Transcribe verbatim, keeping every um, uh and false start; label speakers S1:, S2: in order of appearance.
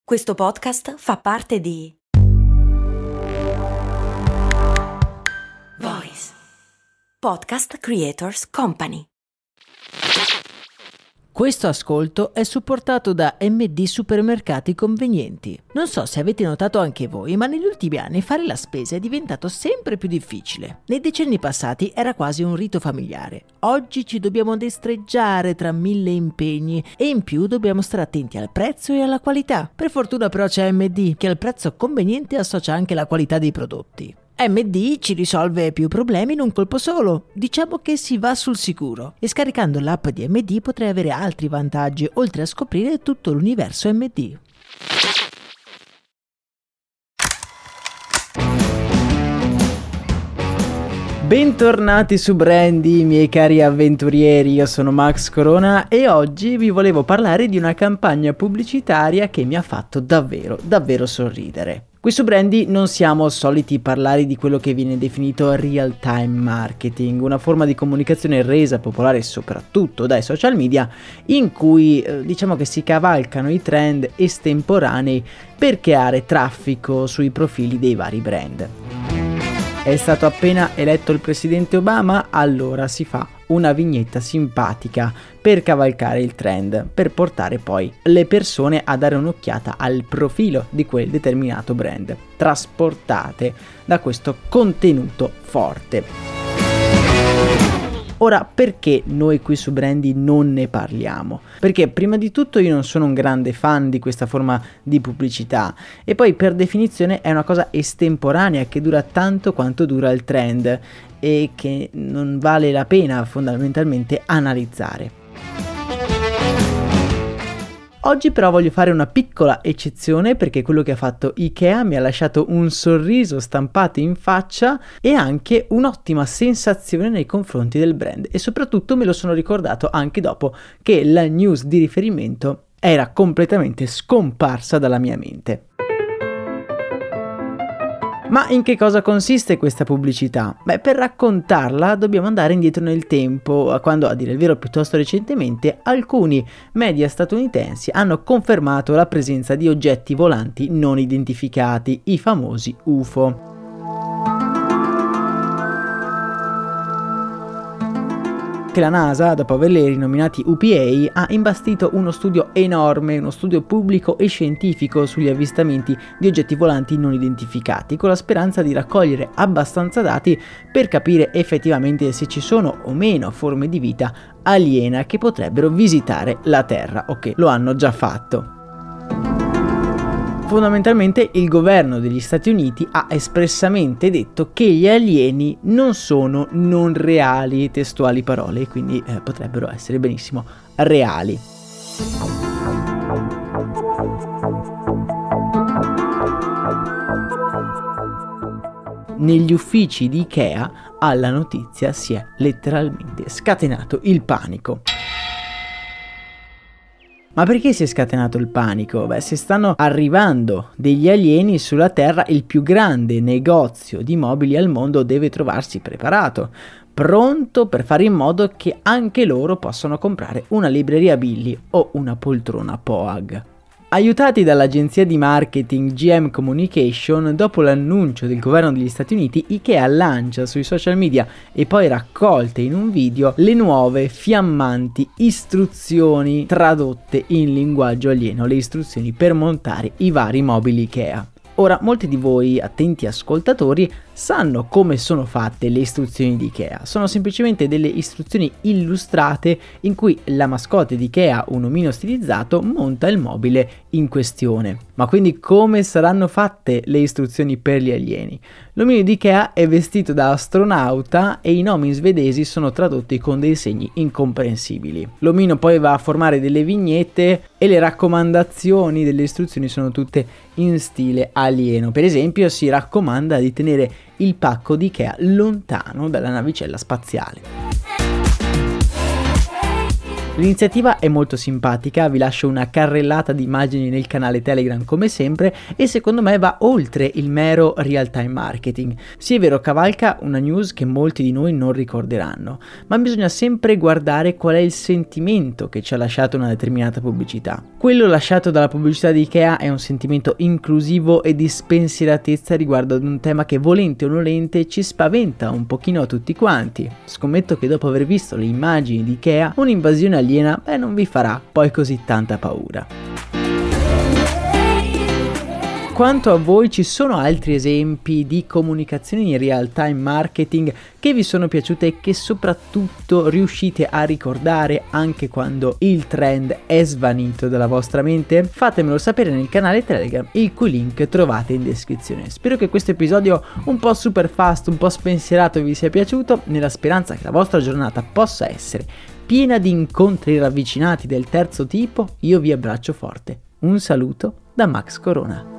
S1: Questo podcast fa parte di Voice Podcast Creators Company.
S2: Questo ascolto è supportato da M D Supermercati Convenienti. Non so se avete notato anche voi, ma negli ultimi anni fare la spesa è diventato sempre più difficile. Nei decenni passati era quasi un rito familiare. Oggi ci dobbiamo destreggiare tra mille impegni e in più dobbiamo stare attenti al prezzo e alla qualità. Per fortuna però c'è M D, che al prezzo conveniente associa anche la qualità dei prodotti. M D ci risolve più problemi in un colpo solo. Diciamo che si va sul sicuro. E scaricando l'app di M D potrai avere altri vantaggi, oltre a scoprire tutto l'universo M D. Bentornati su Brandy, miei cari avventurieri, io sono Max Corona e oggi vi volevo parlare di una campagna pubblicitaria che mi ha fatto davvero, davvero sorridere. Qui su Brandy non siamo soliti parlare di quello che viene definito real time marketing, una forma di comunicazione resa popolare soprattutto dai social media in cui eh, diciamo che si cavalcano i trend estemporanei per creare traffico sui profili dei vari brand. È stato appena eletto il presidente Obama, allora si fa una vignetta simpatica per cavalcare il trend, per portare poi le persone a dare un'occhiata al profilo di quel determinato brand, trasportate da questo contenuto forte. Ora, perché noi qui su Brandy non ne parliamo? Perché prima di tutto io non sono un grande fan di questa forma di pubblicità e poi per definizione è una cosa estemporanea che dura tanto quanto dura il trend e che non vale la pena fondamentalmente analizzare. Oggi però voglio fare una piccola eccezione perché quello che ha fatto IKEA mi ha lasciato un sorriso stampato in faccia e anche un'ottima sensazione nei confronti del brand e soprattutto me lo sono ricordato anche dopo che la news di riferimento era completamente scomparsa dalla mia mente. Ma in che cosa consiste questa pubblicità? Beh, per raccontarla dobbiamo andare indietro nel tempo, a quando, a dire il vero piuttosto recentemente, alcuni media statunitensi hanno confermato la presenza di oggetti volanti non identificati, i famosi U F O. Che la NASA, dopo averli rinominati U P A, ha imbastito uno studio enorme, uno studio pubblico e scientifico sugli avvistamenti di oggetti volanti non identificati, con la speranza di raccogliere abbastanza dati per capire effettivamente se ci sono o meno forme di vita aliena che potrebbero visitare la Terra o che lo hanno già fatto. Fondamentalmente il governo degli Stati Uniti ha espressamente detto che gli alieni non sono non reali, testuali parole, quindi eh, potrebbero essere benissimo reali. Negli uffici di IKEA alla notizia si è letteralmente scatenato il panico. Ma perché si è scatenato il panico? Beh, se stanno arrivando degli alieni sulla Terra, il più grande negozio di mobili al mondo deve trovarsi preparato, pronto per fare in modo che anche loro possano comprare una libreria Billy o una poltrona P O A G. Aiutati dall'agenzia di marketing G M Communication, dopo l'annuncio del governo degli Stati Uniti, IKEA lancia sui social media e poi raccolte in un video le nuove fiammanti istruzioni tradotte in linguaggio alieno, le istruzioni per montare i vari mobili IKEA. Ora, molti di voi attenti ascoltatori sanno come sono fatte le istruzioni di IKEA. Sono semplicemente delle istruzioni illustrate in cui la mascotte di IKEA, un omino stilizzato, monta il mobile in questione. Ma quindi come saranno fatte le istruzioni per gli alieni? L'omino di IKEA è vestito da astronauta e i nomi svedesi sono tradotti con dei segni incomprensibili. L'omino poi va a formare delle vignette e le raccomandazioni delle istruzioni sono tutte in stile alieno. Per esempio si raccomanda di tenere il pacco di IKEA lontano dalla navicella spaziale. L'iniziativa è molto simpatica, vi lascio una carrellata di immagini nel canale Telegram come sempre e secondo me va oltre il mero real time marketing. Sì, è vero, cavalca una news che molti di noi non ricorderanno, ma bisogna sempre guardare qual è il sentimento che ci ha lasciato una determinata pubblicità. Quello lasciato dalla pubblicità di Ikea è un sentimento inclusivo e di spensieratezza riguardo ad un tema che volente o nolente ci spaventa un pochino a tutti quanti. Scommetto che dopo aver visto le immagini di Ikea, un'invasione aliena beh, non vi farà poi così tanta paura. Quanto a voi, ci sono altri esempi di comunicazioni in real time marketing che vi sono piaciute e che soprattutto riuscite a ricordare anche quando il trend è svanito dalla vostra mente? Fatemelo sapere nel canale Telegram, il cui link trovate in descrizione. Spero che questo episodio un po' super fast, un po' spensierato vi sia piaciuto, nella speranza che la vostra giornata possa essere piena di incontri ravvicinati del terzo tipo. Io vi abbraccio forte. Un saluto da Max Corona.